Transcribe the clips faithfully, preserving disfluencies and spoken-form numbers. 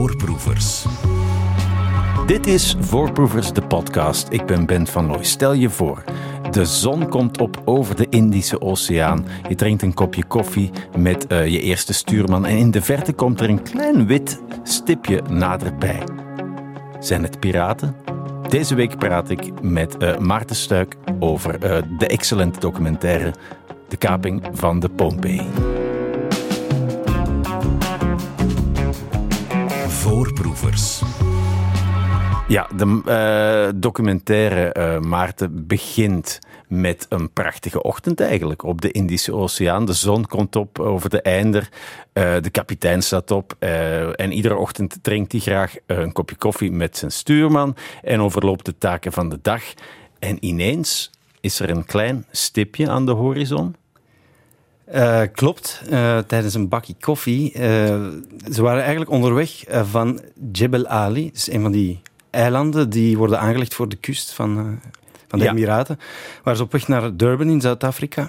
Voorproevers. Dit is Voorproevers, de podcast. Ik ben Ben van Looy. Stel je voor, de zon komt op over de Indische Oceaan. Je drinkt een kopje koffie met uh, je eerste stuurman en in de verte komt er een klein wit stipje naderbij. Zijn het piraten? Deze week praat ik met uh, Maarten Stuik over uh, de excellente documentaire De kaping van de Pompei. Voorproevers. Ja, de uh, documentaire uh, Maarten begint met een prachtige ochtend eigenlijk op de Indische Oceaan. De zon komt op over de einder, uh, de kapitein staat op uh, en iedere ochtend drinkt hij graag uh, een kopje koffie met zijn stuurman en overloopt de taken van de dag. En ineens is er een klein stipje aan de horizon. Uh, klopt, uh, tijdens een bakje koffie. Uh, ze waren eigenlijk onderweg uh, van Jebel Ali, dus een van die eilanden die worden aangelegd voor de kust van, uh, van de ja. Emiraten. Waren ze op weg naar Durban in Zuid-Afrika.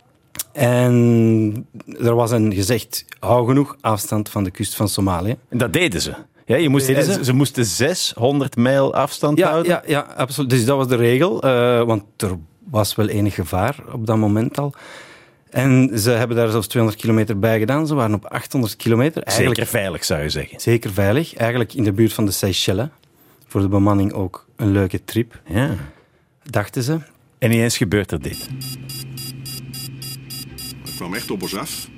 En er was een gezegd, hou genoeg afstand van de kust van Somalië. En dat deden ze. Ja, je moest, ze? ze moesten zeshonderd mijl afstand ja, houden. Ja, ja, absoluut. Dus dat was de regel, uh, want er was wel enig gevaar op dat moment al. En ze hebben daar zelfs tweehonderd kilometer bij gedaan. Ze waren op achthonderd kilometer. Eigenlijk zeker veilig, zou je zeggen. Zeker veilig. Eigenlijk in de buurt van de Seychelles. Voor de bemanning ook een leuke trip, ja. dachten ze. En ineens gebeurt er dit. Het kwam echt op ons af.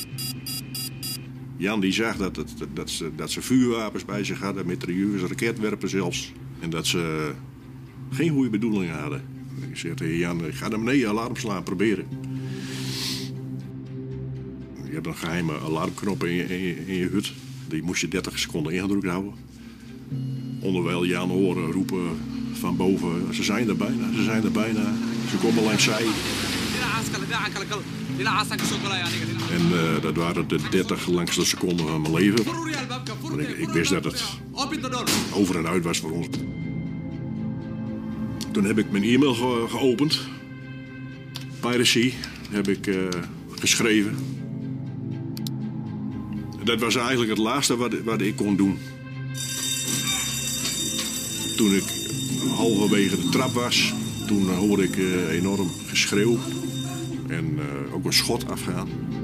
Jan die zag dat, het, dat, ze, dat ze vuurwapens bij zich hadden, mitrailleurs, raketwerpen zelfs. En dat ze geen goede bedoelingen hadden. Ik zei tegen Jan, ga naar beneden alarm slaan, proberen. Je hebt een geheime alarmknop in je, in je, in je hut. Die moest je dertig seconden ingedrukt houden. Onderwijl Jan horen roepen van boven, ze zijn er bijna, ze zijn er bijna. Ze komen langs zij. En uh, dat waren de dertig langste seconden van mijn leven. Maar ik, ik wist dat het over en uit was voor ons. Toen heb ik mijn e-mail ge- geopend. Piracy heb ik uh, geschreven. Dat was eigenlijk het laatste wat, wat ik kon doen. Toen ik halverwege de trap was, toen uh, hoorde ik uh, enorm geschreeuw. En uh, ook een schot afgaan.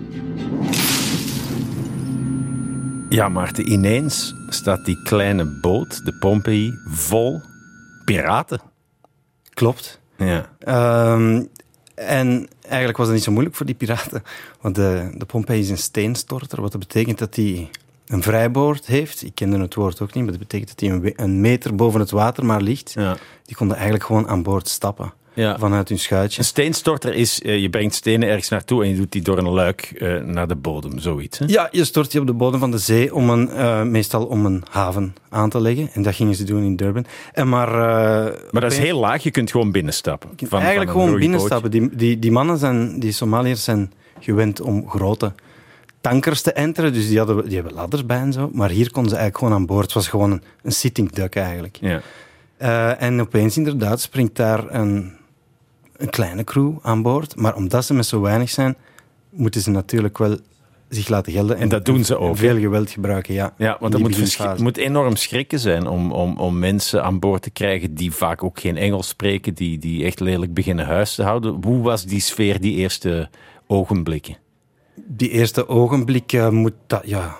Ja, Maarten, ineens staat die kleine boot, de Pompei, vol piraten. Klopt. Ja. Um, en eigenlijk was het niet zo moeilijk voor die piraten. Want de, de Pompei is een steenstorter, wat dat betekent dat hij een vrijboord heeft. Ik kende het woord ook niet, maar dat betekent dat hij een, een meter boven het water maar ligt. Ja. Die konden eigenlijk gewoon aan boord stappen. Ja. Vanuit hun schuitje. Een steenstorter is, uh, je brengt stenen ergens naartoe en je doet die door een luik uh, naar de bodem, zoiets. Hè? Ja, je stort die op de bodem van de zee, om een, uh, meestal om een haven aan te leggen. En dat gingen ze doen in Durban. En maar, uh, maar dat is heel laag, je kunt gewoon binnenstappen. Van, eigenlijk van gewoon binnenstappen. Die, die, die mannen zijn, die Somaliërs zijn gewend om grote tankers te enteren, dus die, hadden, die hebben ladders bij en zo. Maar hier konden ze eigenlijk gewoon aan boord. Het was gewoon een, een sitting duck eigenlijk. Ja. Uh, en opeens inderdaad springt daar een... een kleine crew aan boord. Maar omdat ze met zo weinig zijn, moeten ze natuurlijk wel zich laten gelden. En, en dat doen ze ook. Veel geweld gebruiken, ja. Ja, want dat moet, verschri- moet enorm schrikken zijn om, om, om mensen aan boord te krijgen die vaak ook geen Engels spreken, die, die echt lelijk beginnen huis te houden. Hoe was die sfeer, die eerste ogenblikken? Die eerste ogenblikken moet dat, ja...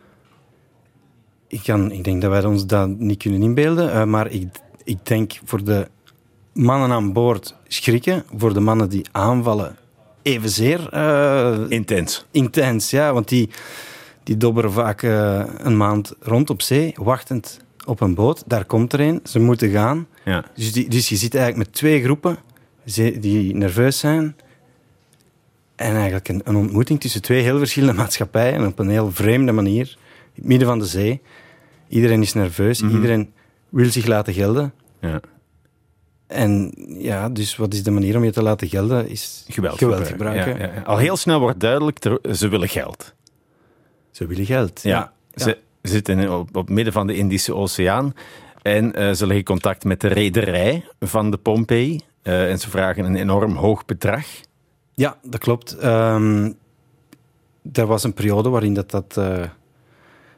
Ik, kan, ik denk dat wij ons dat niet kunnen inbeelden, uh, maar ik, ik denk voor de mannen aan boord schrikken, voor de mannen die aanvallen evenzeer... Uh, intens. Intens, ja, want die, die dobberen vaak uh, een maand rond op zee, wachtend op een boot. Daar komt er een, ze moeten gaan. Ja. Dus, die, dus je zit eigenlijk met twee groepen die nerveus zijn. En eigenlijk een, een ontmoeting tussen twee heel verschillende maatschappijen, en op een heel vreemde manier, in het midden van de zee. Iedereen is nerveus, mm-hmm. Iedereen wil zich laten gelden. Ja. En ja, dus wat is de manier om je te laten gelden? Is geweld, geweld gebruiken. Ja, ja, ja. Al heel snel wordt duidelijk, ze willen geld. Ze willen geld, ja. ja. Ze ja. zitten op, op het midden van de Indische Oceaan en uh, ze leggen contact met de rederij van de Pompei uh, en ze vragen een enorm hoog bedrag. Ja, dat klopt. Um, er was een periode waarin dat, dat uh,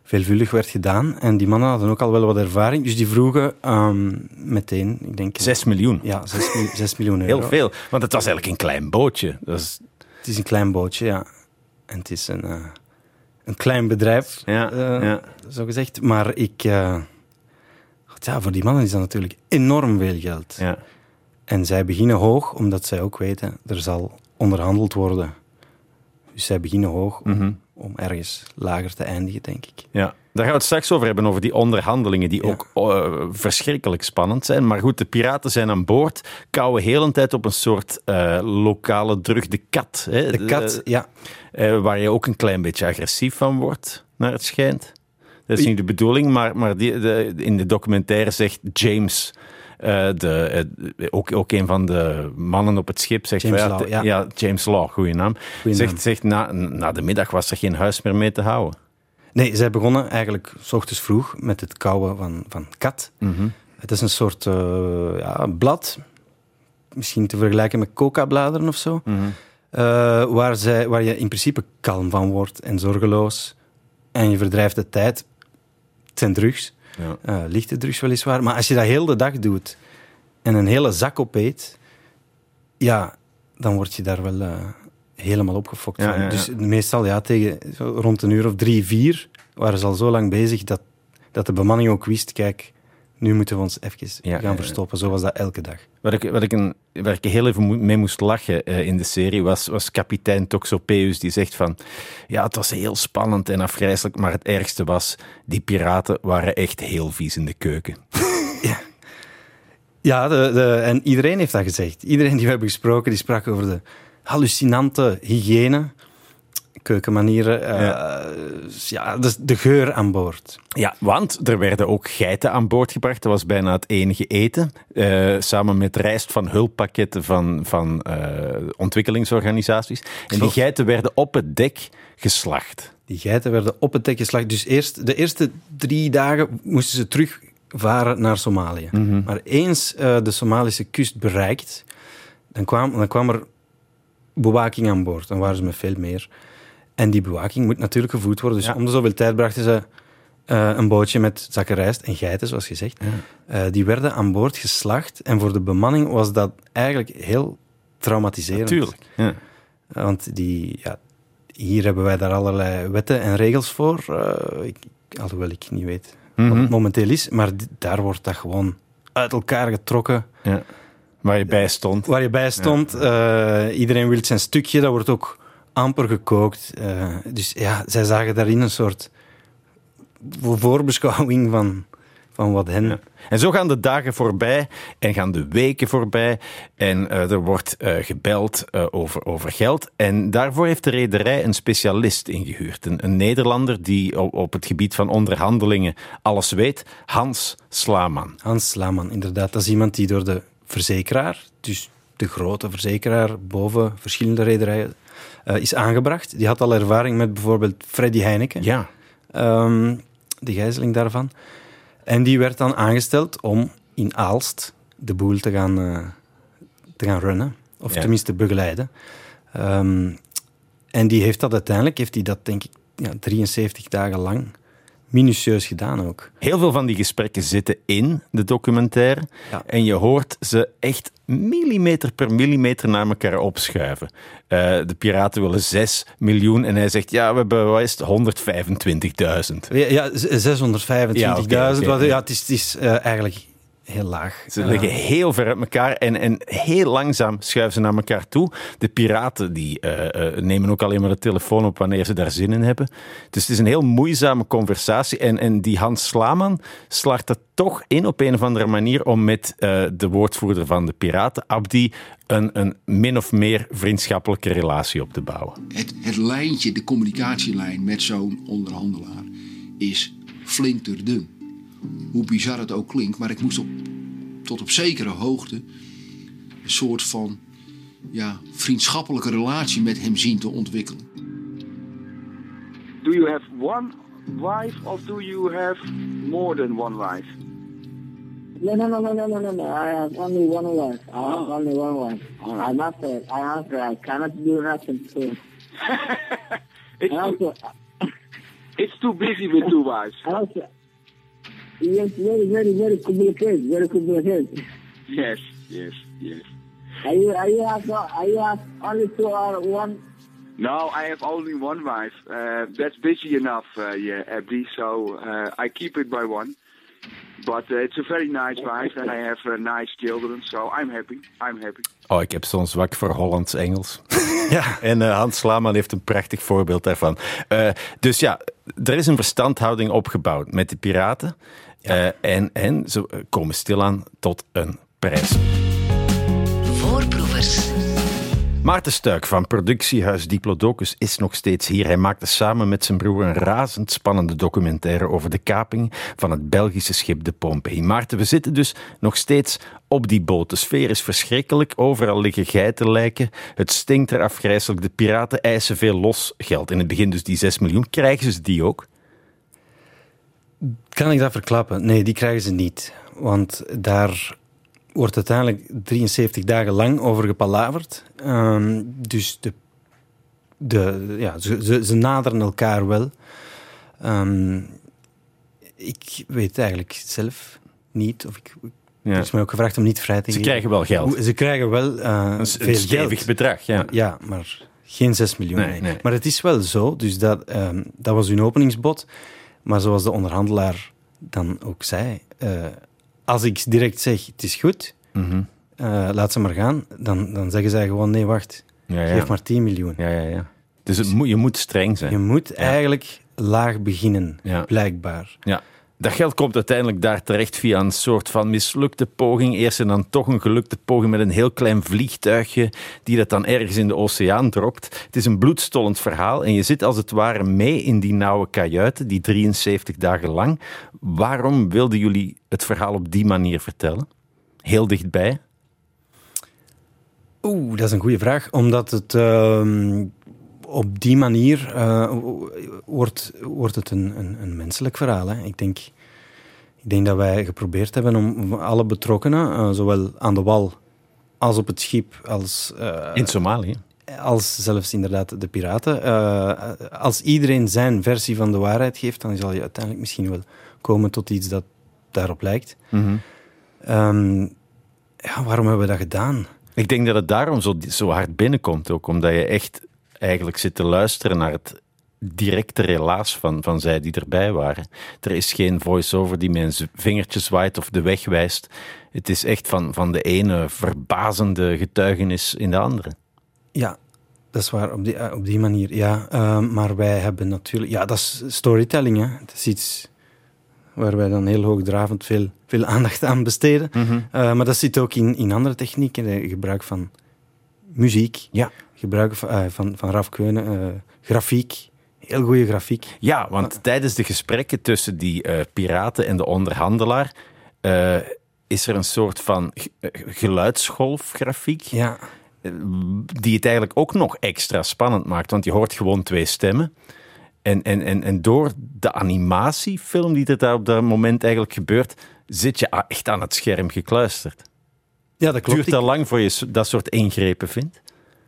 veelvuldig werd gedaan. En die mannen hadden ook al wel wat ervaring. Dus die vroegen um, meteen, ik denk... Zes miljoen. Ja, zes, zes miljoen euro. Heel veel, want het was eigenlijk een klein bootje. Dat is... Het is een klein bootje, ja. En het is een, uh, een klein bedrijf, ja, uh, ja. zo gezegd. Maar ik... Uh, ja, voor die mannen is dat natuurlijk enorm veel geld. Ja. En zij beginnen hoog, omdat zij ook weten, er zal onderhandeld worden. Dus zij beginnen hoog om, mm-hmm. om ergens lager te eindigen, denk ik. Ja, daar gaan we het straks over hebben, over die onderhandelingen die ja. ook uh, verschrikkelijk spannend zijn. Maar goed, de piraten zijn aan boord, kauwen heel een tijd op een soort uh, lokale drug, de kat. Hè? De kat, de, ja. Uh, waar je ook een klein beetje agressief van wordt, naar het schijnt. Dat is niet de bedoeling, maar, maar die, de, in de documentaire zegt James... Uh, de, uh, ook, ook een van de mannen op het schip zegt... James ja, Law, ja. ja, James Law, goeie naam. Goeie zegt, naam. zegt na, na de middag was er geen huis meer mee te houden. Nee, zij begonnen eigenlijk 's ochtends vroeg met het kauwen van, van kat. Mm-hmm. Het is een soort uh, ja, blad, misschien te vergelijken met coca-bladeren of zo, Mm-hmm. uh, waar, zij, waar je in principe kalm van wordt en zorgeloos. En je verdrijft de tijd. Het zijn drugs. Ja. Uh, lichte drugs weliswaar. Maar als je dat heel de dag doet en een hele zak opeet, ja, dan word je daar wel uh, helemaal opgefokt ja, van. Ja, ja. Dus meestal ja, tegen rond een uur of drie, vier waren ze al zo lang bezig dat, dat de bemanning ook wist, kijk, nu moeten we ons even ja, gaan verstoppen. Zo was dat elke dag. Wat ik, wat ik, een, waar ik heel even mee moest lachen uh, in de serie was, was kapitein Toxopeus die zegt van ja, het was heel spannend en afgrijselijk, maar het ergste was, die piraten waren echt heel vies in de keuken. Ja, ja de, de, en iedereen heeft dat gezegd. Iedereen die we hebben gesproken, die sprak over de hallucinante hygiëne, keukenmanieren, uh, ja, ja de, de geur aan boord. Ja, want er werden ook geiten aan boord gebracht. Dat was bijna het enige eten. Uh, samen met rijst van hulppakketten van, van uh, ontwikkelingsorganisaties. En die geiten werden op het dek geslacht. Die geiten werden op het dek geslacht. Dus eerst, de eerste drie dagen moesten ze terugvaren naar Somalië. Mm-hmm. Maar eens uh, de Somalische kust bereikt, dan kwam, dan kwam er bewaking aan boord. Dan waren ze met veel meer. En die bewaking moet natuurlijk gevoed worden. Dus ja. om de zoveel tijd brachten ze uh, een bootje met zakken rijst en geiten, zoals gezegd. Ja. Uh, die werden aan boord geslacht. En voor de bemanning was dat eigenlijk heel traumatiserend. Natuurlijk. Ja. Uh, want die, ja, hier hebben wij daar allerlei wetten en regels voor. Uh, ik, alhoewel ik niet weet mm-hmm. wat het momenteel is. Maar d- daar wordt dat gewoon uit elkaar getrokken. Ja. Waar je bij stond. Waar je bij stond. Ja. Uh, iedereen wil zijn stukje. Dat wordt ook amper gekookt. Uh, dus ja, zij zagen daarin een soort voorbeschouwing van, van wat hen... Ja. En zo gaan de dagen voorbij en gaan de weken voorbij en uh, er wordt uh, gebeld uh, over, over geld. En daarvoor heeft de rederij een specialist ingehuurd. Een, een Nederlander die op, op het gebied van onderhandelingen alles weet. Hans Slaman. Hans Slaman, inderdaad. Dat is iemand die door de verzekeraar, dus de grote verzekeraar boven verschillende rederijen, Uh, is aangebracht. Die had al ervaring met bijvoorbeeld Freddy Heineken. Ja. Um, de gijzeling daarvan. En die werd dan aangesteld om in Aalst de boel te gaan, uh, te gaan runnen. Of ja. tenminste begeleiden. Um, en die heeft dat uiteindelijk, heeft hij dat denk ik ja, drieënzeventig dagen lang minutieus gedaan ook. Heel veel van die gesprekken zitten in de documentaire. Ja. En je hoort ze echt millimeter per millimeter naar elkaar opschuiven. Uh, de piraten willen zes miljoen en hij zegt, ja, we hebben wat is het, honderdvijfentwintigduizend. Ja, ja zeshonderdvijfentwintigduizend. Ja, okay, okay. Ja, het is, het is uh, eigenlijk heel laag. Ze liggen heel ver uit elkaar en, en heel langzaam schuiven ze naar elkaar toe. De piraten die, uh, uh, nemen ook alleen maar de telefoon op wanneer ze daar zin in hebben. Dus het is een heel moeizame conversatie. En, en die Hans Slaman slaagt er toch in op een of andere manier om met uh, de woordvoerder van de piraten, Abdi, een, een min of meer vriendschappelijke relatie op te bouwen. Het, het lijntje, de communicatielijn met zo'n onderhandelaar is flinterdun. Hoe bizar het ook klinkt, maar ik moest op, tot op zekere hoogte een soort van ja, vriendschappelijke relatie met hem zien te ontwikkelen. Do you have one wife of do you have more than one wife? No, no, no, no, no, no, no, no. I have only one wife. I have oh. only one wife. Right. I must say, I answer, I cannot do nothing to it. it's, also, It's too busy with two wives. Also, yes, very, very, very complicated, very complicated. Yes, yes, yes. Are you, are you have, are you have only two or one? No, I have only one wife. Uh, that's busy enough, uh, yeah, Abdi. So uh, I keep it by one. But uh, it's a very nice wife and I have uh, nice children. So I'm happy. I'm happy. Oh, ik heb zo'n zwak voor Hollands-Engels. Ja. En uh, Hans Slaman heeft een prachtig voorbeeld daarvan. Uh, dus ja, er is een verstandhouding opgebouwd met de piraten. Ja. Uh, en, en ze komen stilaan tot een prijs. Voorproevers. Maarten Stuik van productiehuis Diplodocus is nog steeds hier. Hij maakte samen met zijn broer een razendspannende documentaire over de kaping van het Belgische schip de Pompey. Maarten, we zitten dus nog steeds op die boot. De sfeer is verschrikkelijk. Overal liggen geitenlijken. Het stinkt er afgrijselijk. De piraten eisen veel losgeld. In het begin dus die zes miljoen. Krijgen ze die ook? Kan ik dat verklappen? Nee, die krijgen ze niet. Want daar wordt uiteindelijk drieënzeventig dagen lang over gepalaverd. Um, dus de, de, ja, ze, ze, ze naderen elkaar wel. Um, ik weet eigenlijk zelf niet. Of ik, ja. Er is mij ook gevraagd om niet vrij te Ze geven. krijgen wel geld. Ze krijgen wel uh, een, veel een geld. stevig bedrag, ja. Ja, maar geen zes miljoen. Nee, nee. Maar het is wel zo. Dus dat, um, dat was hun openingsbod. Maar zoals de onderhandelaar dan ook zei... Uh, als ik direct zeg, het is goed... Mm-hmm. Uh, laat ze maar gaan, dan, dan zeggen zij gewoon, nee, wacht, ja, ja. geef maar tien miljoen. Ja, ja, ja. Dus het moet, je moet streng zijn. Je moet ja. eigenlijk laag beginnen, ja. blijkbaar. Ja. Dat geld komt uiteindelijk daar terecht via een soort van mislukte poging. Eerst en dan toch een gelukte poging met een heel klein vliegtuigje die dat dan ergens in de oceaan dropt. Het is een bloedstollend verhaal en je zit als het ware mee in die nauwe kajuiten, die drieënzeventig dagen lang. Waarom wilden jullie het verhaal op die manier vertellen? Heel dichtbij? Oeh, dat is een goede vraag. Omdat het uh, op die manier uh, wordt, wordt het een, een, een menselijk verhaal. Hè. Ik denk, ik denk dat wij geprobeerd hebben om alle betrokkenen, uh, zowel aan de wal als op het schip, als... Uh, in Somalië? Als zelfs inderdaad de piraten. Uh, als iedereen zijn versie van de waarheid geeft, dan zal je uiteindelijk misschien wel komen tot iets dat daarop lijkt. Mm-hmm. Um, ja, waarom hebben we dat gedaan? Ik denk dat het daarom zo, zo hard binnenkomt ook. Omdat je echt eigenlijk zit te luisteren naar het directe relaas van, van zij die erbij waren. Er is geen voice-over die met een vingertje zwaait of de weg wijst. Het is echt van, van de ene verbazende getuigenis in de andere. Ja, dat is waar. Op die, op die manier, ja. Uh, maar wij hebben natuurlijk... Ja, dat is storytelling, hè. Het is iets waar wij dan heel hoogdravend veel, veel aandacht aan besteden. Mm-hmm. Uh, maar dat zit ook in, in andere technieken. Hè. Gebruik van muziek. Ja. Gebruik van, uh, van, van Raf Keunen. Uh, grafiek. Heel goede grafiek. Ja, want uh, tijdens de gesprekken tussen die uh, piraten en de onderhandelaar uh, is er een soort van g- geluidsgolfgrafiek. Ja. Die het eigenlijk ook nog extra spannend maakt. Want je hoort gewoon twee stemmen. En, en, en, en door de animatiefilm die er daar op dat moment eigenlijk gebeurt, zit je echt aan het scherm gekluisterd. Ja, dat klopt. Duurt dat lang voor je dat soort ingrepen vindt?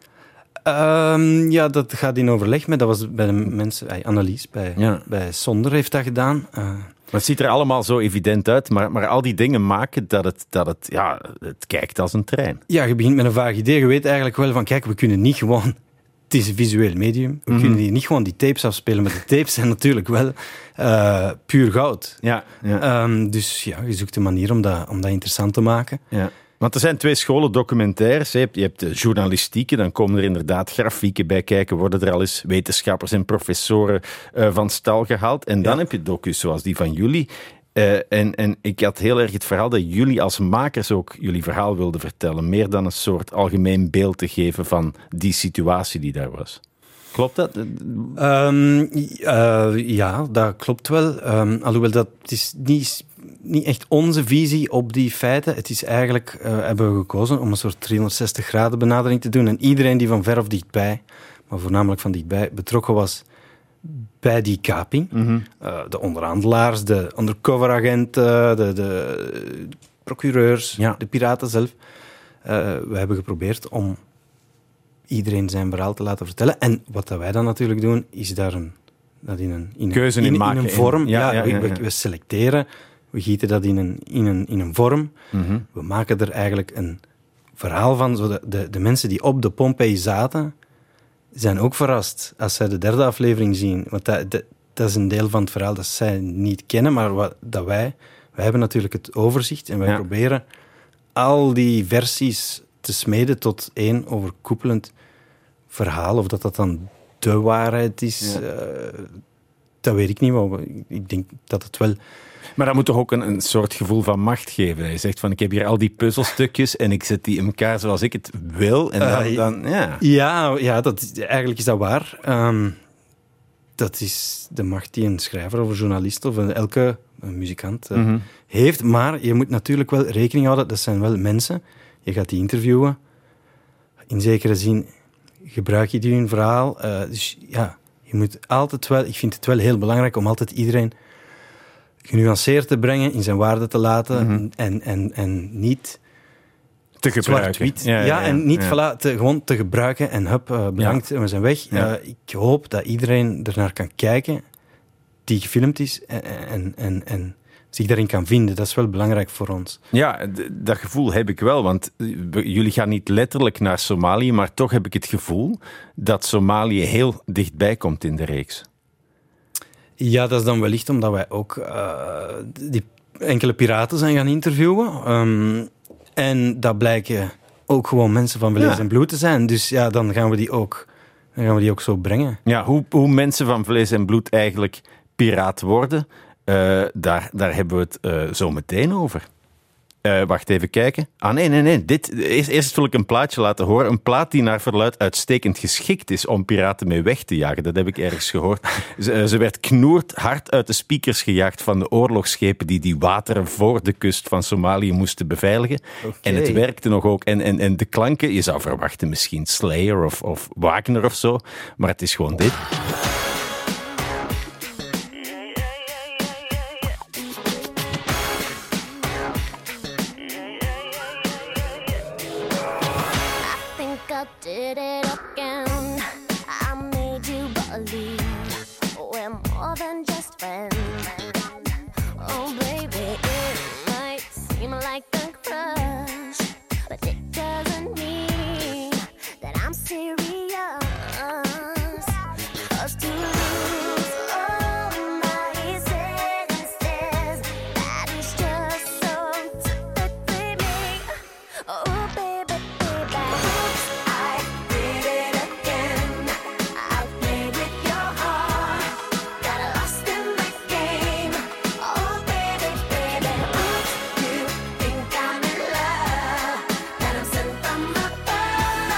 Um, ja, dat gaat in overleg met, dat was bij de mensen, bij Annelies, bij, ja. bij Sonder heeft dat gedaan. Uh, Maar het ziet er allemaal zo evident uit, maar, maar al die dingen maken dat het, dat het, ja, het kijkt als een trein. Ja, je begint met een vaag idee. Je weet eigenlijk wel van, kijk, we kunnen niet gewoon... Het is een visueel medium. We Mm-hmm. kunnen hier niet gewoon die tapes afspelen, maar de tapes zijn natuurlijk wel uh, puur goud. Ja, ja. Um, dus ja, je zoekt een manier om dat, om dat interessant te maken. Ja. Want er zijn twee scholen documentaires. Je hebt, je hebt de journalistieke, dan komen er inderdaad grafieken bij kijken, worden er al eens wetenschappers en professoren uh, van stal gehaald. En dan ja. heb je docus zoals die van jullie. Uh, en, en ik had heel erg het verhaal dat jullie als makers ook jullie verhaal wilden vertellen. Meer dan een soort algemeen beeld te geven van die situatie die daar was. Klopt dat? Um, uh, ja, dat klopt wel. Um, alhoewel dat het is niet, niet echt onze visie op die feiten. Het is eigenlijk, uh, hebben we gekozen om een soort driehonderdzestig graden benadering te doen. En iedereen die van ver of dichtbij, maar voornamelijk van dichtbij, betrokken was bij die kaping. Mm-hmm. Uh, de onderhandelaars, de undercoveragenten, de, de procureurs, Ja. de piraten zelf. Uh, we hebben geprobeerd om iedereen zijn verhaal te laten vertellen. En wat dat wij dan natuurlijk doen, is daar een dat in een, in een, Keuze in in, in maken. een vorm. Ja, Ja, ja, ja, ja. We, we selecteren, we gieten dat in een, in een, in een vorm. Mhm. We maken er eigenlijk een verhaal van, zodat de, de mensen die op de Pompeii zaten, zijn ook verrast als zij de derde aflevering zien. Want dat, dat, dat is een deel van het verhaal dat zij niet kennen, maar wat, dat wij... Wij hebben natuurlijk het overzicht en wij Ja. proberen al die versies te smeden tot één overkoepelend verhaal. Of dat dat dan de waarheid is, Ja. uh, dat weet ik niet. Maar ik denk dat het wel... Maar dat moet toch ook een, een soort gevoel van macht geven. Je zegt van, ik heb hier al die puzzelstukjes en ik zet die in elkaar zoals ik het wil. En dan, Uh, dan ja. Ja, ja dat, eigenlijk is dat waar. Um, dat is de macht die een schrijver of een journalist of een, elke een muzikant uh, Mhm. heeft. Maar je moet natuurlijk wel rekening houden, dat zijn wel mensen. Je gaat die interviewen. In zekere zin gebruik je die in een verhaal. Uh, dus ja, je moet altijd wel... Ik vind het wel heel belangrijk om altijd iedereen genuanceerd te brengen, in zijn waarde te laten Mhm. en, en, en niet... Te gebruiken. Zwart-wit. Ja, en niet ja. Voilà, te, gewoon te gebruiken en hup, uh, bedankt en we zijn weg. Ja. Uh, ik hoop dat iedereen ernaar kan kijken die gefilmd is en, en, en, en zich daarin kan vinden. Dat is wel belangrijk voor ons. Ja, d- dat gevoel heb ik wel, want we- jullie gaan niet letterlijk naar Somalië, maar toch heb ik het gevoel dat Somalië heel dichtbij komt in de reeks. Ja, dat is dan wellicht omdat wij ook uh, die enkele piraten zijn gaan interviewen. Um, en dat blijken ook gewoon mensen van vlees Ja. en bloed te zijn. Dus ja, dan gaan we die ook, dan gaan we die ook zo brengen. Ja, hoe, hoe mensen van vlees en bloed eigenlijk piraat worden, uh, daar, daar hebben we het uh, zo meteen over. Uh, wacht even kijken. Ah, nee, nee, nee. Dit, eerst, eerst wil ik een plaatje laten horen. Een plaat die naar verluidt uitstekend geschikt is om piraten mee weg te jagen. Dat heb ik ergens gehoord. Ze, ze werd knoerd hard uit de speakers gejaagd van de oorlogsschepen die die wateren voor de kust van Somalië moesten beveiligen. Oké. En het werkte nog ook. En, en, en de klanken, je zou verwachten misschien Slayer of, of Wagner of zo, maar het is gewoon dit. I did it again. I made you believe we're more than just friends. Oh, baby, it might seem like a crush, but it doesn't mean that I'm serious. 'Cause to lose all my senses, that is just so typically me. Oh, baby, baby. I did it again. I played with your heart. Got lost in my game. Oh, baby, baby. Oops, you think I'm in love. That I'm sent from above.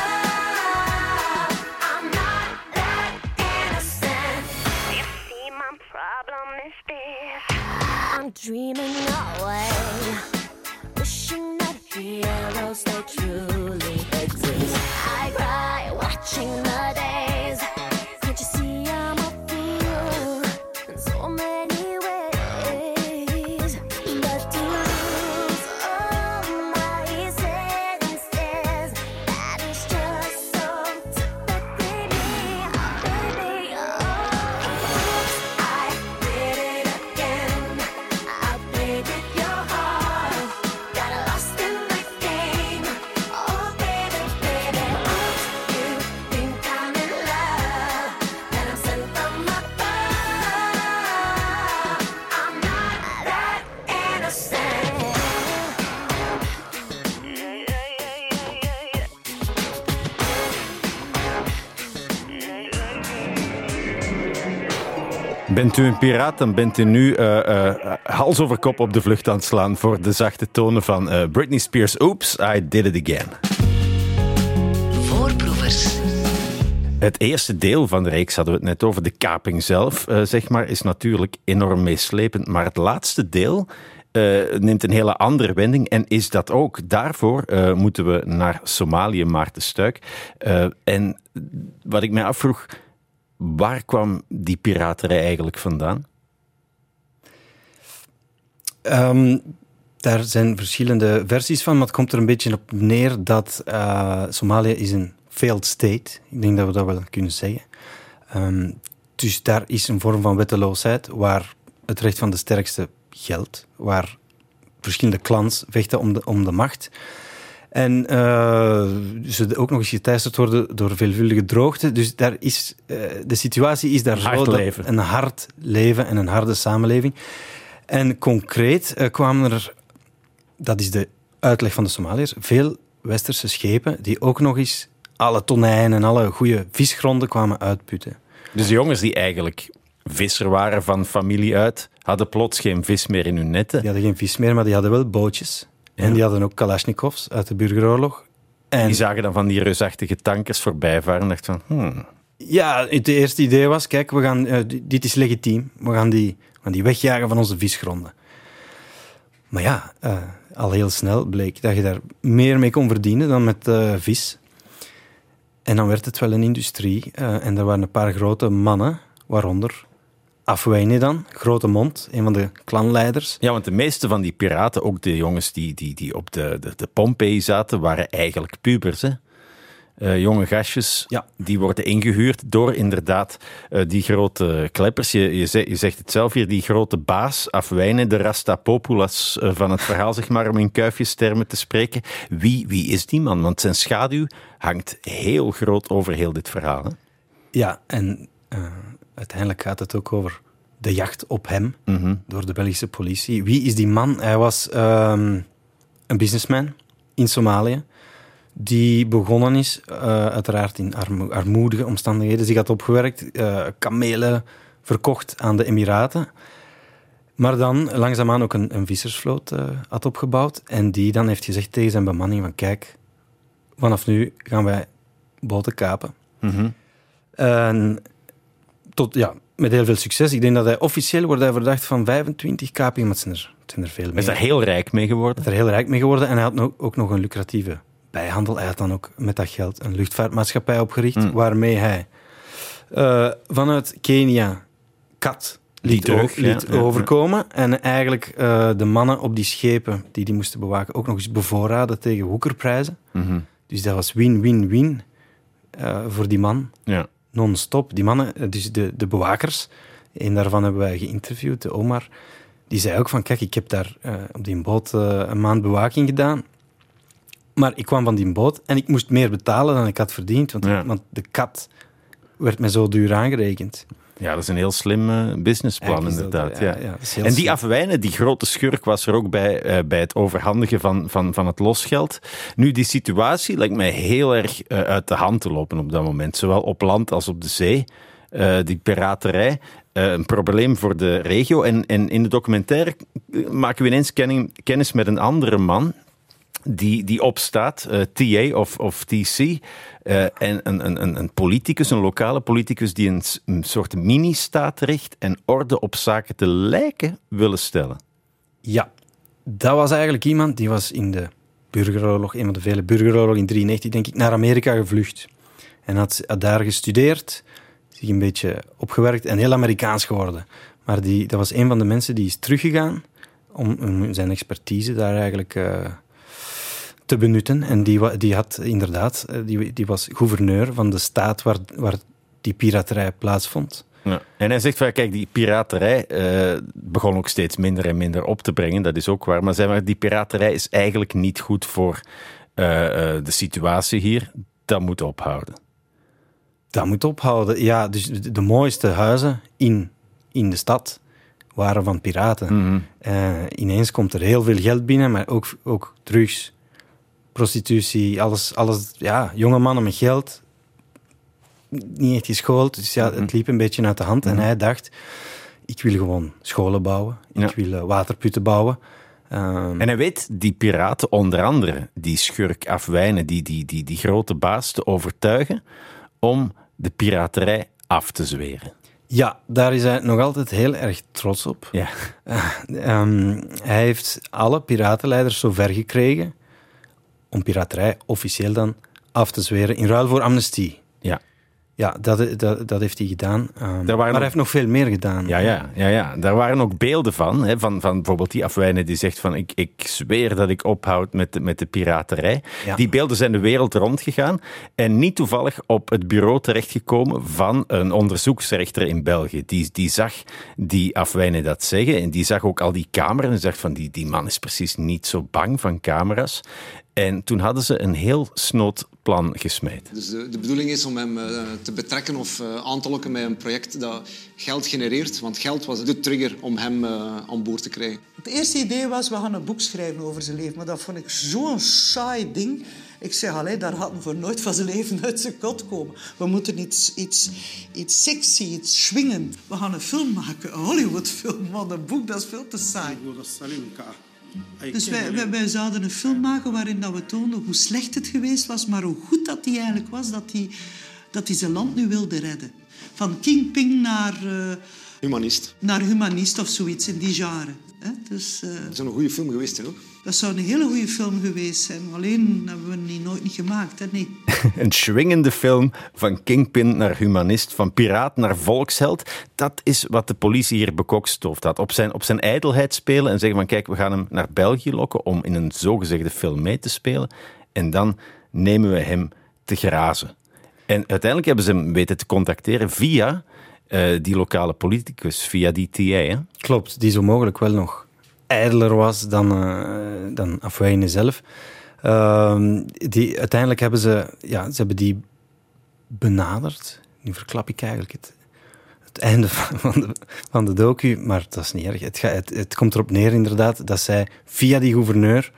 I'm not that innocent. You see, my problem is this. I'm dreaming away, wishing that heroes they truly exist. I cry watching the days. Can't you see I'm a fool in so many ways? But to lose all my senses, that is just so typically me, baby. Oh, I did it again. I played with your heart. Got lost in my game. Oh, baby, baby. Oops, you think I'm in love. That I'm sent from above. I'm not that innocent. Bent u een piraat, dan bent u nu uh, uh, hals over kop op de vlucht aan het slaan voor de zachte tonen van uh, Britney Spears. Oops, I did it again. Voorproevers. Het eerste deel van de reeks, hadden we het net over, de kaping zelf, uh, zeg maar, is natuurlijk enorm meeslepend. Maar het laatste deel uh, neemt een hele andere wending en is dat ook. Daarvoor uh, moeten we naar Somalië, Maarten Stuik. Uh, en wat ik mij afvroeg, waar kwam die piraterij eigenlijk vandaan? Um, daar zijn verschillende versies van, maar het komt er een beetje op neer dat uh, Somalië is een failed state. Ik denk dat we dat wel kunnen zeggen. Um, Dus daar is een vorm van wetteloosheid waar het recht van de sterkste geldt, waar verschillende clans vechten om de, om de macht. En uh, ze ook nog eens geteisterd worden door veelvuldige droogte. Dus daar is, uh, de situatie is daar een zo... Hard dat, leven. Een hard leven en een harde samenleving. En concreet uh, kwamen er, dat is de uitleg van de Somaliërs, veel westerse schepen die ook nog eens alle tonijn en alle goede visgronden kwamen uitputten. Dus de jongens die eigenlijk visser waren van familie uit, hadden plots geen vis meer in hun netten. Die hadden geen vis meer, maar die hadden wel bootjes. Ja. En die hadden ook Kalashnikovs uit de burgeroorlog. En Die zagen dan van die reusachtige tankers voorbijvaren en dachten van... Hmm. ja, het eerste idee was, kijk, we gaan, uh, dit is legitiem. We gaan, die, we gaan die wegjagen van onze visgronden. Maar ja, uh, al heel snel bleek dat je daar meer mee kon verdienen dan met uh, vis. En dan werd het wel een industrie. Uh, en er waren een paar grote mannen, waaronder Afweyne dan, grote mond, een van de clanleiders. Ja, want de meeste van die piraten, ook de jongens die, die, die op de, de, de Pompeii zaten, waren eigenlijk pubers, hè? Uh, jonge gastjes, Ja. die worden ingehuurd door inderdaad uh, die grote kleppers. Je, je, zegt, je zegt het zelf hier, die grote baas, Afweyne, de Rastapopulas uh, van het verhaal, zeg maar, om in kuifjestermen te spreken. Wie, wie is die man? Want zijn schaduw hangt heel groot over heel dit verhaal. Hè? Ja, en uh, uiteindelijk gaat het ook over de jacht op hem Mm-hmm. door de Belgische politie. Wie is die man? Hij was um, een businessman in Somalië, die begonnen is, uh, uiteraard in armo- armoedige omstandigheden, zich had opgewerkt, uh, kamelen verkocht aan de Emiraten, maar dan langzaamaan ook een, een vissersvloot uh, had opgebouwd en die dan heeft gezegd tegen zijn bemanning van kijk, vanaf nu gaan wij boten kapen. Mm-hmm. En tot, ja, met heel veel succes. Ik denk dat hij officieel wordt hij verdacht van vijfentwintig kapingen, maar het zijn er, het zijn er veel meer. Hij is daar heel rijk mee geworden. Hij is er heel rijk mee geworden en hij had nog, ook nog een lucratieve bijhandel. Hij had dan ook met dat geld een luchtvaartmaatschappij opgericht, Mm. waarmee hij uh, vanuit Kenia kat liet, Die terug, o- liet ja, ja, overkomen. En eigenlijk uh, de mannen op die schepen die die moesten bewaken ook nog eens bevoorraden tegen woekerprijzen. Mm-hmm. Dus dat was win-win-win uh, voor die man. Ja. Non-stop. Die mannen, uh, dus de, de bewakers, een daarvan hebben wij geïnterviewd, de Omar, die zei ook van, kijk, ik heb daar uh, op die boot uh, een maand bewaking gedaan. Maar ik kwam van die boot en ik moest meer betalen dan ik had verdiend, want, Ja. want de kat werd mij zo duur aangerekend. Ja, dat is een heel slim uh, businessplan, Eigenlijk is dat, inderdaad. ja, ja. ja, dat is heel En die slim. Afwijnen, die grote schurk, was er ook bij, uh, bij het overhandigen van, van, van het losgeld. Nu, die situatie lijkt mij heel erg uh, uit de hand te lopen op dat moment. Zowel op land als op de zee. Uh, die piraterij, uh, een probleem voor de regio. En, en in de documentaire maken we ineens kenning, kennis met een andere man die, die opstaat, uh, T A of, of T C, uh, en een, een, een politicus, een lokale politicus die een, een soort mini-staat richt en orde op zaken te lijken willen stellen. Ja, dat was eigenlijk iemand die was in de burgeroorlog, een van de vele burgeroorlog in drieënnegentig, denk ik, naar Amerika gevlucht. En had, had daar gestudeerd, zich een beetje opgewerkt en heel Amerikaans geworden. Maar die, dat was een van de mensen die is teruggegaan om, om zijn expertise daar eigenlijk uh, te benutten. En die, wa- die had inderdaad, uh, die, die was gouverneur van de staat waar, waar die piraterij plaatsvond. Ja. En hij zegt van, kijk, die piraterij uh, begon ook steeds minder en minder op te brengen, dat is ook waar. Maar, zeg maar die piraterij is eigenlijk niet goed voor uh, uh, de situatie hier. Dat moet ophouden. Dat moet ophouden. Ja, dus de, de mooiste huizen in, in de stad waren van piraten. Mm-hmm. Uh, ineens komt er heel veel geld binnen, maar ook, ook drugs, prostitutie, alles, alles. Ja, jonge mannen met geld, niet echt geschoold. Dus ja, Mm-hmm. het liep een beetje uit de hand. Mm-hmm. En hij dacht, ik wil gewoon scholen bouwen. Ik Ja. wil uh, waterputten bouwen. Um, En hij weet die piraten, onder andere die schurk Afwijnen, die, die, die, die grote baas te overtuigen om de piraterij af te zweren. Ja, daar is hij nog altijd heel erg trots op. Ja. Uh, um, hij heeft alle piratenleiders zover gekregen om piraterij officieel dan af te zweren in ruil voor amnestie. Ja. Ja, dat, dat, dat heeft hij gedaan. Um, maar nog... hij heeft nog veel meer gedaan. Ja, ja, ja, ja. Daar waren ook beelden van. Hè, van, van bijvoorbeeld die Afwijnen die zegt van ik, ik zweer dat ik ophoud met de, met de piraterij. Ja. Die beelden zijn de wereld rondgegaan. En niet toevallig op het bureau terechtgekomen van een onderzoeksrechter in België. Die, die zag die Afwijnen dat zeggen. En die zag ook al die camera's. En zegt van die, die man is precies niet zo bang van camera's. En toen hadden ze een heel snood plan gesmeed. Dus de, de bedoeling is om hem uh, te betrekken of uh, aan te lokken met een project dat geld genereert. Want geld was de trigger om hem uh, aan boord te krijgen. Het eerste idee was, we gaan een boek schrijven over zijn leven. Maar dat vond ik zo'n saai ding. Ik zeg, allee, daar gaat hij voor nooit van zijn leven uit zijn kot komen. We moeten iets, iets, iets sexy, iets swingen. We gaan een film maken, een Hollywoodfilm. Want een boek, dat is veel te saai. Dus wij, wij, wij zouden een film maken waarin dat we toonden hoe slecht het geweest was, maar hoe goed dat hij eigenlijk was, dat hij, dat hij zijn land nu wilde redden. Van Kingpin naar... Uh, humanist. Naar humanist of zoiets, in die genre. Hè? Dus, uh, dat zou een goede film geweest zijn, hoor. Dat zou een hele goede film geweest zijn. Alleen hebben we die nooit niet gemaakt, hè? Nee. Een swingende film van Kingpin naar humanist, van piraat naar volksheld. Dat is wat de politie hier bekokstoofd had. Op zijn, op zijn ijdelheid spelen en zeggen van kijk, we gaan hem naar België lokken om in een zogezegde film mee te spelen. En dan nemen we hem te grazen. En uiteindelijk hebben ze hem weten te contacteren via uh, die lokale politicus, via die T A. Hè? Klopt, die zo mogelijk wel nog ijdeler was dan, uh, dan Afwijnen zelf. Uh, die, uiteindelijk hebben ze, ja, ze hebben die benaderd. Nu verklap ik eigenlijk het, het einde van de, van de docu, maar dat is niet erg. Het, het, het komt erop neer inderdaad dat zij via die gouverneur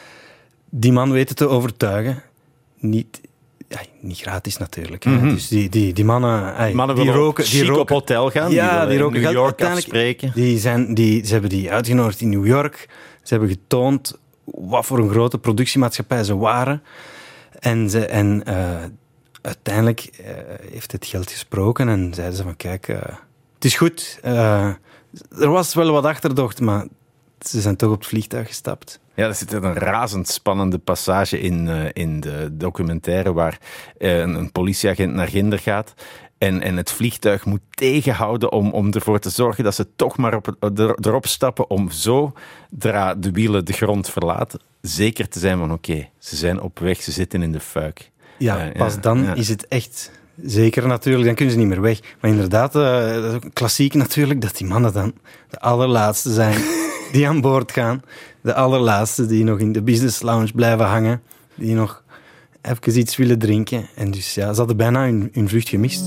die man weten te overtuigen. Niet... Ja, niet gratis natuurlijk. Mm-hmm. Dus die, die, die mannen... Ay, mannen die willen roken, die chic roken, op hotel gaan. Ja, die, die roken in New York geld, afspreken. Die zijn, die, ze hebben die uitgenodigd in New York. Ze hebben getoond wat voor een grote productiemaatschappij ze waren. En, ze, en uh, uiteindelijk uh, heeft het geld gesproken en zeiden ze van kijk, uh, het is goed. Uh, er was wel wat achterdocht, maar ze zijn toch op het vliegtuig gestapt. Ja, er zit een razendspannende passage in, uh, in de documentaire waar uh, een, een politieagent naar Ginder gaat en, en het vliegtuig moet tegenhouden om, om ervoor te zorgen dat ze toch maar op het, er, erop stappen om zo dra de wielen de grond verlaten. Zeker te zijn van oké, okay, ze zijn op weg, ze zitten in de fuik. Ja, uh, pas ja, dan ja. is het echt zeker natuurlijk, dan kunnen ze niet meer weg. Maar inderdaad, uh, dat is ook klassiek natuurlijk, dat die mannen dan de allerlaatste zijn die aan boord gaan. De allerlaatste die nog in de business lounge blijven hangen. Die nog even iets willen drinken. En dus ja, ze hadden bijna hun, hun vlucht gemist.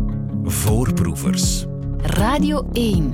Voorproevers. Radio één.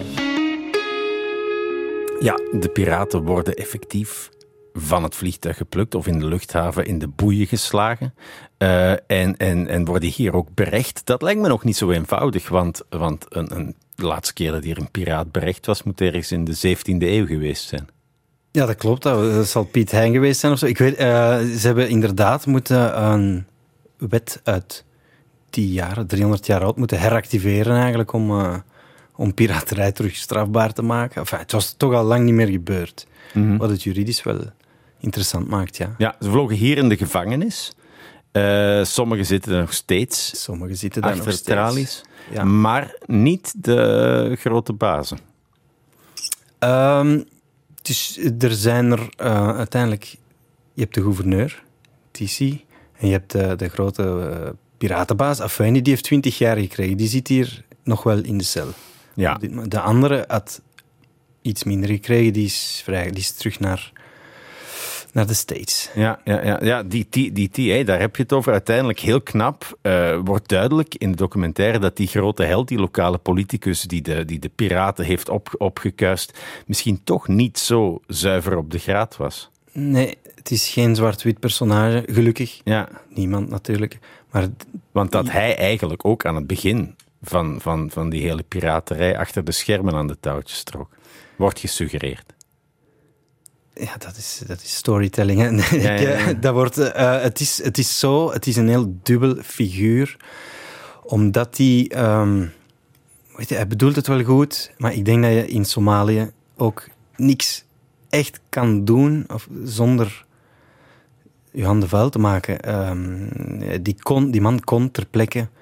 Ja, de piraten worden effectief van het vliegtuig geplukt of in de luchthaven in de boeien geslagen. Uh, en, en, en worden hier ook berecht. Dat lijkt me nog niet zo eenvoudig, want, want een, een, de laatste keer dat hier een piraat berecht was, moet ergens in de zeventiende eeuw geweest zijn. Ja, dat klopt. Dat zal Piet Hein geweest zijn of zo. Ik weet, uh, ze hebben inderdaad moeten een wet uit die jaren, driehonderd jaar oud, moeten heractiveren eigenlijk om, uh, om piraterij terug strafbaar te maken. Enfin, het was toch al lang niet meer gebeurd. Mm-hmm. Wat het juridisch wel interessant maakt, ja. Ja, ze vlogen hier in de gevangenis. Uh, sommigen zitten er nog steeds. Sommigen zitten daar achter nog steeds. tralies. Ja. Maar niet de grote bazen. Um, dus er zijn er uh, uiteindelijk... Je hebt de gouverneur, T C, en je hebt de, de grote uh, piratenbaas, Afwijnen, die heeft twintig jaar gekregen. Die zit hier nog wel in de cel. Ja. De andere had iets minder gekregen, die is, vrij, die is terug naar... naar de States. Ja, ja, ja, ja die, die, die T A, daar heb je het over. Uiteindelijk heel knap uh, wordt duidelijk in de documentaire dat die grote held, die lokale politicus die de, die de piraten heeft op, opgekuist, misschien toch niet zo zuiver op de graad was. Nee, het is geen zwart-wit personage, gelukkig. Ja. Niemand natuurlijk. Maar want dat hij eigenlijk ook aan het begin van, van, van die hele piraterij achter de schermen aan de touwtjes trok. Wordt gesuggereerd. Ja, dat is, dat is storytelling. Hè? Ja, ja, ja. Dat wordt, uh, het, is, het is zo, het is een heel dubbel figuur, omdat hij, um, weet je, hij bedoelt het wel goed, maar ik denk dat je in Somalië ook niks echt kan doen of zonder je handen vuil te maken. Um, die, kon, die man kon ter plekke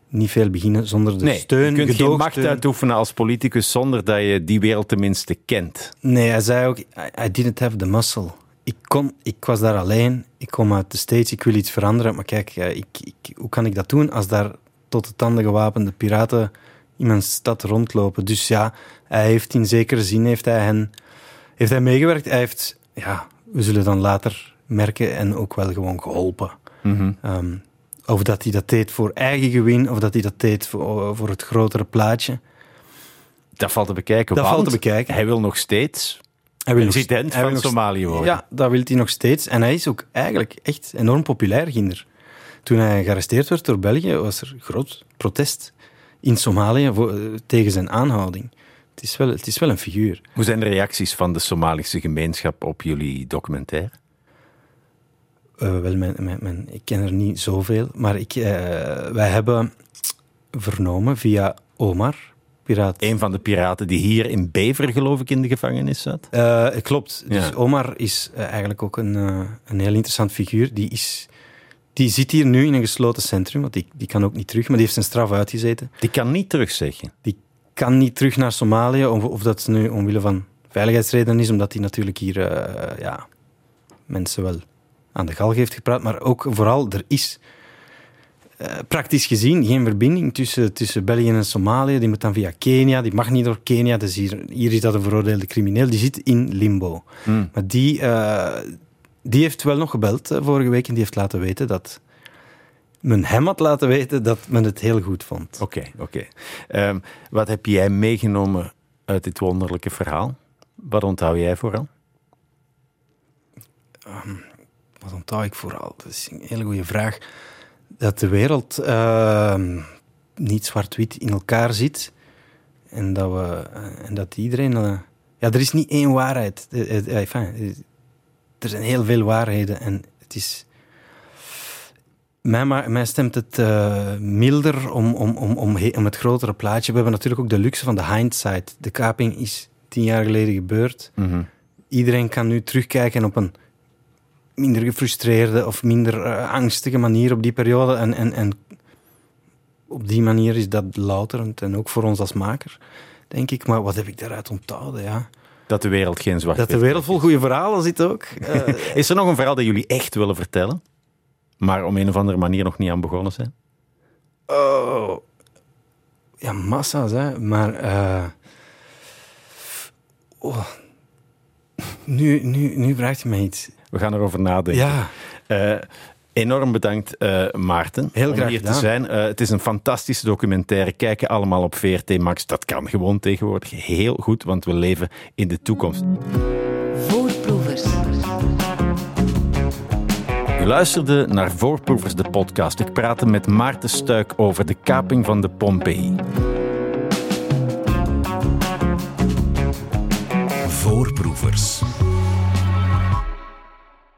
niet veel beginnen zonder de Nee, steun. je kunt geen macht gedoogsteun. uitoefenen als politicus zonder dat je die wereld tenminste kent. Nee, hij zei ook, I, I didn't have the muscle. Ik, kon, ik was daar alleen, ik kom uit de States, ik wil iets veranderen. Maar kijk, ja, ik, ik, hoe kan ik dat doen als daar tot de tanden gewapende piraten in mijn stad rondlopen? Dus ja, hij heeft in zekere zin heeft hij hen, heeft hij meegewerkt. Hij heeft, ja, we zullen dan later merken, en ook wel gewoon geholpen. Mm-hmm. Um, of dat hij dat deed voor eigen gewin, of dat hij dat deed voor, voor het grotere plaatje. Dat valt te bekijken. Dat want valt te bekijken. Hij wil nog steeds Hij wil nog- president hij wil van nog- Somalië worden. Ja, dat wil hij nog steeds. En hij is ook eigenlijk echt enorm populair, Ginder. Toen hij gearresteerd werd door België, was er groot protest in Somalië voor, eh, tegen zijn aanhouding. Het is, wel, het is wel een figuur. Hoe zijn de reacties van de Somalische gemeenschap op jullie documentaire? Uh, wel, mijn, mijn, mijn, ik ken er niet zoveel, maar ik, uh, wij hebben vernomen via Omar, piraat. Een van de piraten die hier in Bever, geloof ik, in de gevangenis zat. Uh, klopt. Dus Ja. Omar is uh, eigenlijk ook een, uh, een heel interessant figuur. Die, is, die zit hier nu in een gesloten centrum, want die, die kan ook niet terug, maar die heeft zijn straf uitgezeten. Die kan niet terugzeggen. Die kan niet terug naar Somalië, of, of dat nu omwille van veiligheidsredenen is, omdat hij natuurlijk hier uh, ja, mensen wel aan de galg heeft gepraat, maar ook vooral, er is uh, praktisch gezien geen verbinding tussen, tussen België en Somalië. Die moet dan via Kenia, die mag niet door Kenia, dus hier, hier is dat een veroordeelde crimineel, die zit in limbo. Hmm. Maar die, uh, die heeft wel nog gebeld uh, vorige week en die heeft laten weten dat men hem had laten weten dat men het heel goed vond. Oké, okay, oké. Okay. Um, wat heb jij meegenomen uit dit wonderlijke verhaal? Wat onthoud jij vooral? Um, wat onthoud ik vooral? Dat is een hele goede vraag. Dat de wereld uh, niet zwart-wit in elkaar zit. En dat, we, uh, en dat iedereen... Uh, ja, er is niet één waarheid. Uh, uh, enfin, uh, er zijn heel veel waarheden. En het is... Mij, mij stemt het uh, milder om, om, om, om, he, om het grotere plaatje. We hebben natuurlijk ook de luxe van de hindsight. De kaping is tien jaar geleden gebeurd. Mm-hmm. Iedereen kan nu terugkijken op een minder gefrustreerde of minder uh, angstige manier op die periode. En, en, en op die manier is dat louterend. En ook voor ons als maker, denk ik. Maar wat heb ik daaruit onthouden, ja? Dat de wereld geen zwart Dat de wereld vol goede verhalen zit ook. Uh, is er nog een verhaal dat jullie echt willen vertellen? Maar om een of andere manier nog niet aan begonnen zijn? Oh. Ja, massa's, hè. Maar... Uh, oh. Nu, nu, nu vraagt je mij iets. We gaan erover nadenken. Ja. Uh, enorm bedankt, uh, Maarten, Heel om graag hier gedaan. te zijn. Uh, het is een fantastische documentaire. Kijken allemaal op V R T Max. Dat kan gewoon tegenwoordig heel goed, want we leven in de toekomst. Voorproevers. U luisterde naar Voorproevers, de podcast. Ik praatte met Maarten Stuik over de kaping van de Pompeii. Voorproevers.